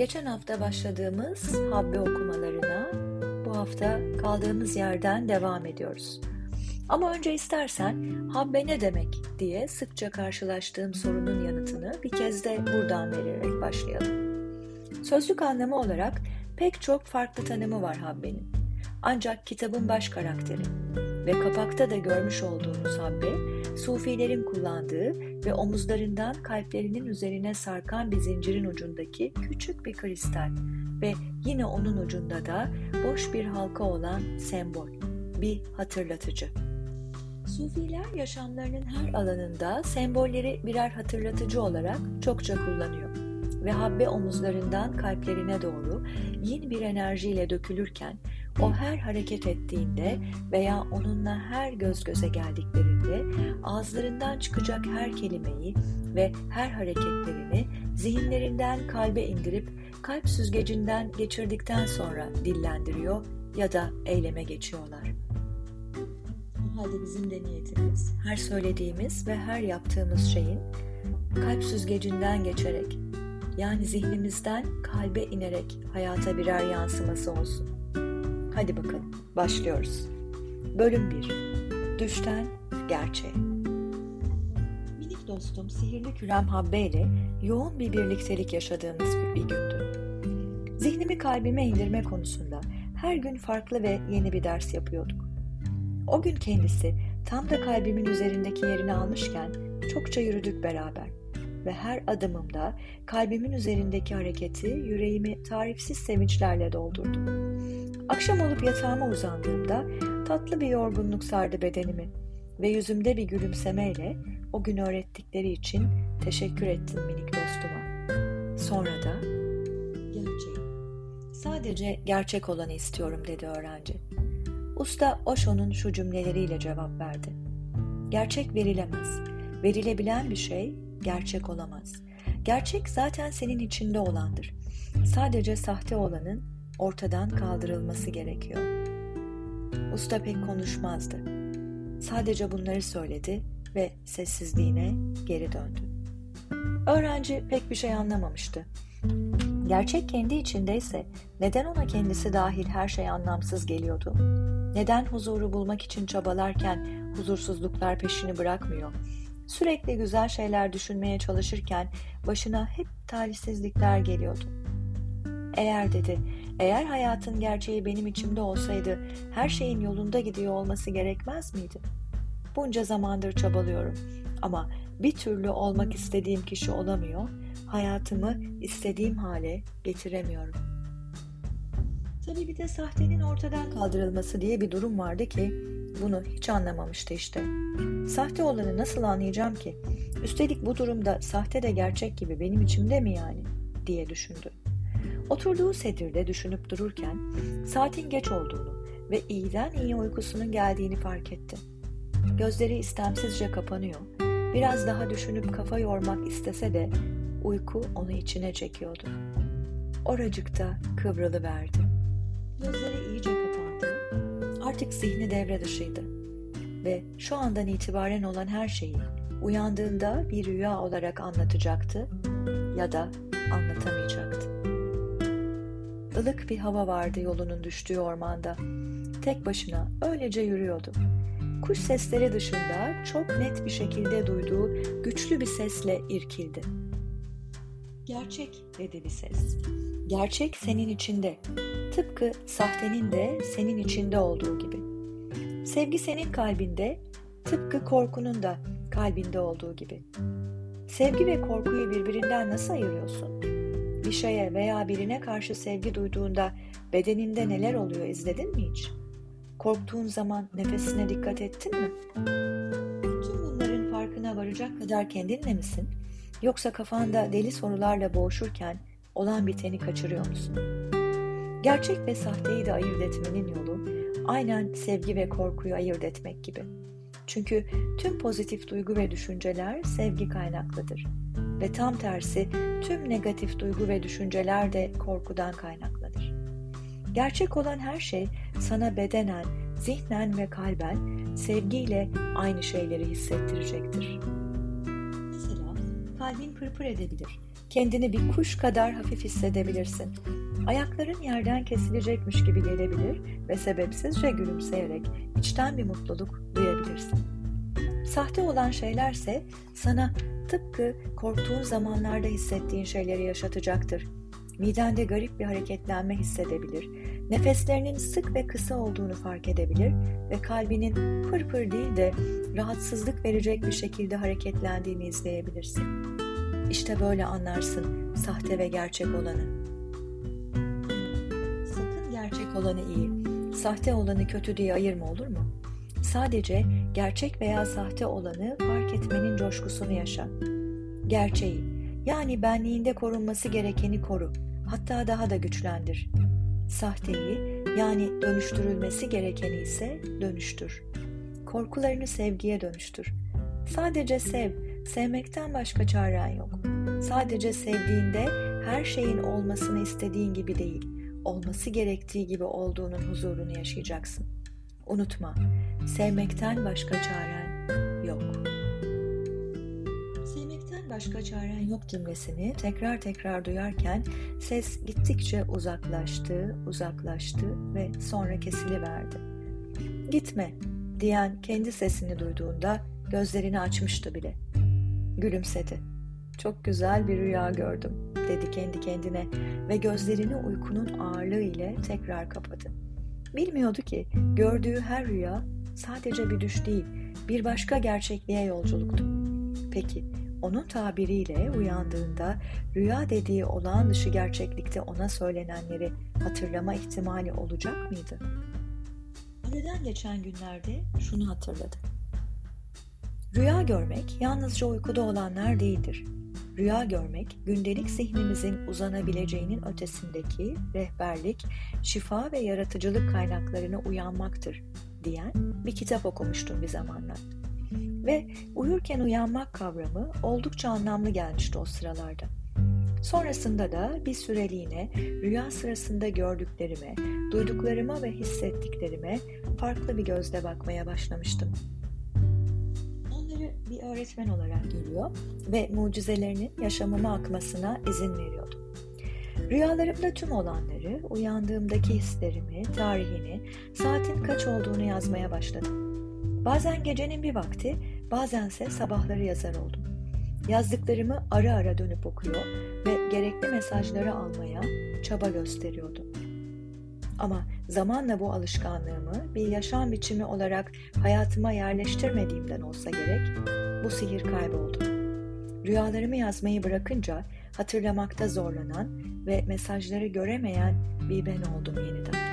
Geçen hafta başladığımız Habbe okumalarına bu hafta kaldığımız yerden devam ediyoruz. Ama önce istersen Habbe ne demek diye sıkça karşılaştığım sorunun yanıtını bir kez de buradan vererek başlayalım. Sözlük anlamı olarak pek çok farklı tanımı var Habbe'nin. Ancak kitabın baş karakteri ve kapakta da görmüş olduğunuz Habbe, Sufilerin kullandığı ve omuzlarından kalplerinin üzerine sarkan bir zincirin ucundaki küçük bir kristal ve yine onun ucunda da boş bir halka olan sembol, bir hatırlatıcı. Sufiler yaşamlarının her alanında sembolleri birer hatırlatıcı olarak çokça kullanıyor ve Habbe omuzlarından kalplerine doğru yin bir enerjiyle dökülürken o her hareket ettiğinde veya onunla her göz göze geldiklerinde ağızlarından çıkacak her kelimeyi ve her hareketlerini zihinlerinden kalbe indirip kalp süzgecinden geçirdikten sonra dillendiriyor ya da eyleme geçiyorlar. O halde bizim de niyetimiz her söylediğimiz ve her yaptığımız şeyin kalp süzgecinden geçerek, yani zihnimizden kalbe inerek hayata birer yansıması olsun. Hadi bakalım, başlıyoruz. Bölüm 1. Düşten Gerçeğe. Minik dostum sihirli kürem Habbe ile yoğun bir birliktelik yaşadığımız bir gündü. Zihnimi kalbime indirme konusunda her gün farklı ve yeni bir ders yapıyorduk. O gün kendisi tam da kalbimin üzerindeki yerini almışken çokça yürüdük beraber ve her adımımda kalbimin üzerindeki hareketi yüreğimi tarifsiz sevinçlerle doldurdu. Akşam olup yatağıma uzandığımda tatlı bir yorgunluk sardı bedenimi ve yüzümde bir gülümsemeyle o gün öğrettikleri için teşekkür ettim minik dostuma. Sonra da gerçek, sadece gerçek olanı istiyorum dedi öğrenci. Usta Osho'nun şu cümleleriyle cevap verdi. Gerçek verilemez, verilebilen bir şey gerçek olamaz. Gerçek zaten senin içinde olandır. Sadece sahte olanın ortadan kaldırılması gerekiyor. Usta pek konuşmazdı. Sadece bunları söyledi ve sessizliğine geri döndü. Öğrenci pek bir şey anlamamıştı. Gerçek kendi içindeyse neden ona kendisi dahil her şey anlamsız geliyordu? Neden huzuru bulmak için çabalarken huzursuzluklar peşini bırakmıyor? Sürekli güzel şeyler düşünmeye çalışırken başına hep talihsizlikler geliyordu. Eğer hayatın gerçeği benim içimde olsaydı her şeyin yolunda gidiyor olması gerekmez miydi? Bunca zamandır çabalıyorum ama bir türlü olmak istediğim kişi olamıyor, hayatımı istediğim hale getiremiyorum. Tabii bir de sahtenin ortadan kaldırılması diye bir durum vardı ki bunu hiç anlamamıştı işte. Sahte olanı nasıl anlayacağım ki? Üstelik bu durumda sahte de gerçek gibi benim içimde mi yani? Diye düşündü. Oturduğu sedirde düşünüp dururken saatin geç olduğunu ve iyiden iyi uykusunun geldiğini fark etti. Gözleri istemsizce kapanıyor. Biraz daha düşünüp kafa yormak istese de uyku onu içine çekiyordu. Oracıkta kıvrılıverdi. Gözleri iyice kapandı. Artık zihni devre dışıydı. Ve şu andan itibaren olan her şeyi uyandığında bir rüya olarak anlatacaktı ya da anlatamayacaktı. Ilık bir hava vardı yolunun düştüğü ormanda. Tek başına öylece yürüyordu. Kuş sesleri dışında çok net bir şekilde duyduğu güçlü bir sesle irkildi. Gerçek dedi bir ses. Gerçek senin içinde. Tıpkı sahtenin de senin içinde olduğu gibi. Sevgi senin kalbinde, tıpkı korkunun da kalbinde olduğu gibi. Sevgi ve korkuyu birbirinden nasıl ayırıyorsun? Bir şeye veya birine karşı sevgi duyduğunda bedeninde neler oluyor izledin mi hiç? Korktuğun zaman nefesine dikkat ettin mi? Tüm bunların farkına varacak kadar kendinle misin? Yoksa kafanda deli sorularla boğuşurken olan biteni kaçırıyor musun? Gerçek ve sahteyi de ayırt etmenin yolu aynen sevgi ve korkuyu ayırt etmek gibi. Çünkü tüm pozitif duygu ve düşünceler sevgi kaynaklıdır. Ve tam tersi tüm negatif duygu ve düşünceler de korkudan kaynaklanır. Gerçek olan her şey sana bedenen, zihnen ve kalben sevgiyle aynı şeyleri hissettirecektir. Mesela kalbin pırpır edebilir, Kendini bir kuş kadar hafif hissedebilirsin. Ayakların yerden kesilecekmiş gibi gelebilir ve sebepsizce gülümseyerek içten bir mutluluk duyabilirsin. Sahte olan şeylerse sana tıpkı korktuğun zamanlarda hissettiğin şeyleri yaşatacaktır. Midende garip bir hareketlenme hissedebilir, nefeslerinin sık ve kısa olduğunu fark edebilir ve kalbinin pır değil de rahatsızlık verecek bir şekilde hareketlendiğini izleyebilirsin. İşte böyle anlarsın sahte ve gerçek olanı. Sakın gerçek olanı iyi, sahte olanı kötü diye ayırma, olur mu? Sadece gerçek veya sahte olanı fark etmenin coşkusunu yaşa. Gerçeği, yani benliğinde korunması gerekeni koru, hatta daha da güçlendir. Sahteyi, yani dönüştürülmesi gerekeni ise dönüştür. Korkularını sevgiye dönüştür. Sadece sev, sevmekten başka çaren yok. Sadece sevdiğinde her şeyin olmasını istediğin gibi değil, olması gerektiği gibi olduğunun huzurunu yaşayacaksın. Unutma, sevmekten başka çaren yok. Sevmekten başka çaren yok cümlesini tekrar duyarken ses gittikçe uzaklaştı ve sonra kesiliverdi. Gitme diyen kendi sesini duyduğunda gözlerini açmıştı bile. Gülümsedi. Çok güzel bir rüya gördüm, dedi kendi kendine ve gözlerini uykunun ağırlığı ile tekrar kapadı. Bilmiyordu ki gördüğü her rüya sadece bir düş değil, bir başka gerçekliğe yolculuktu. Peki onun tabiriyle uyandığında rüya dediği olağan dışı gerçeklikte ona söylenenleri hatırlama ihtimali olacak mıydı? Aradan geçen günlerde şunu hatırladı. Rüya görmek yalnızca uykuda olanlar değildir. Rüya görmek, gündelik zihnimizin uzanabileceğinin ötesindeki rehberlik, şifa ve yaratıcılık kaynaklarına uyanmaktır diyen bir kitap okumuştum bir zamanlar. Ve uyurken uyanmak kavramı oldukça anlamlı gelmişti o sıralarda. Sonrasında da bir süreliğine rüya sırasında gördüklerime, duyduklarıma ve hissettiklerime farklı bir gözle bakmaya başlamıştım. Onları bir öğretmen olarak görüyor ve mucizelerinin yaşamıma akmasına izin veriyordum. Rüyalarımda tüm olanları, uyandığımdaki hislerimi, tarihini, saatin kaç olduğunu yazmaya başladım. Bazen gecenin bir vakti, bazense sabahları yazar oldum. Yazdıklarımı ara dönüp okuyor ve gerekli mesajları almaya çaba gösteriyordum. Ama zamanla bu alışkanlığımı bir yaşam biçimi olarak hayatıma yerleştirmediğimden olsa gerek, bu sihir kayboldu. Rüyalarımı yazmayı bırakınca hatırlamakta zorlanan ve mesajları göremeyen bir ben oldum yeniden.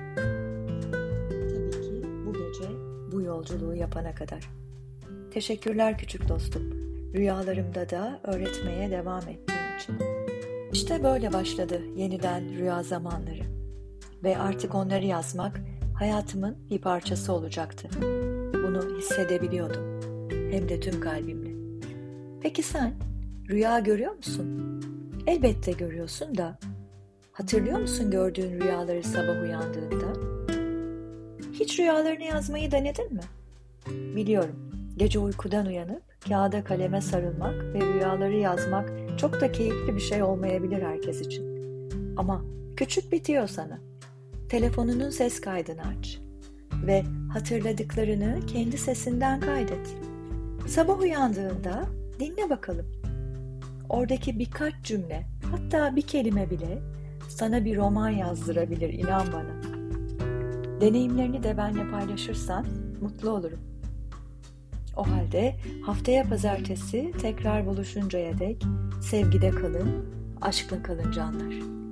Tabii ki bu gece bu yolculuğu yapana kadar. Teşekkürler küçük dostum. Rüyalarımda da öğretmeye devam ettiğim için. İşte böyle başladı yeniden rüya zamanları. Ve artık onları yazmak hayatımın bir parçası olacaktı. Bunu hissedebiliyordum. Hem de tüm kalbimle. Peki sen rüya görüyor musun? Elbette görüyorsun da. Hatırlıyor musun gördüğün rüyaları sabah uyandığında? Hiç rüyalarını yazmayı denedin mi? Biliyorum, gece uykudan uyanıp kağıda kaleme sarılmak ve rüyaları yazmak çok da keyifli bir şey olmayabilir herkes için. Ama küçük bitiyor sana. Telefonunun ses kaydını aç ve hatırladıklarını kendi sesinden kaydet. Sabah uyandığında dinle bakalım. Oradaki birkaç cümle, hatta bir kelime bile sana bir roman yazdırabilir, inan bana. Deneyimlerini de benimle paylaşırsan mutlu olurum. O halde haftaya pazartesi tekrar buluşuncaya dek sevgide kalın, aşkla kalın canlar.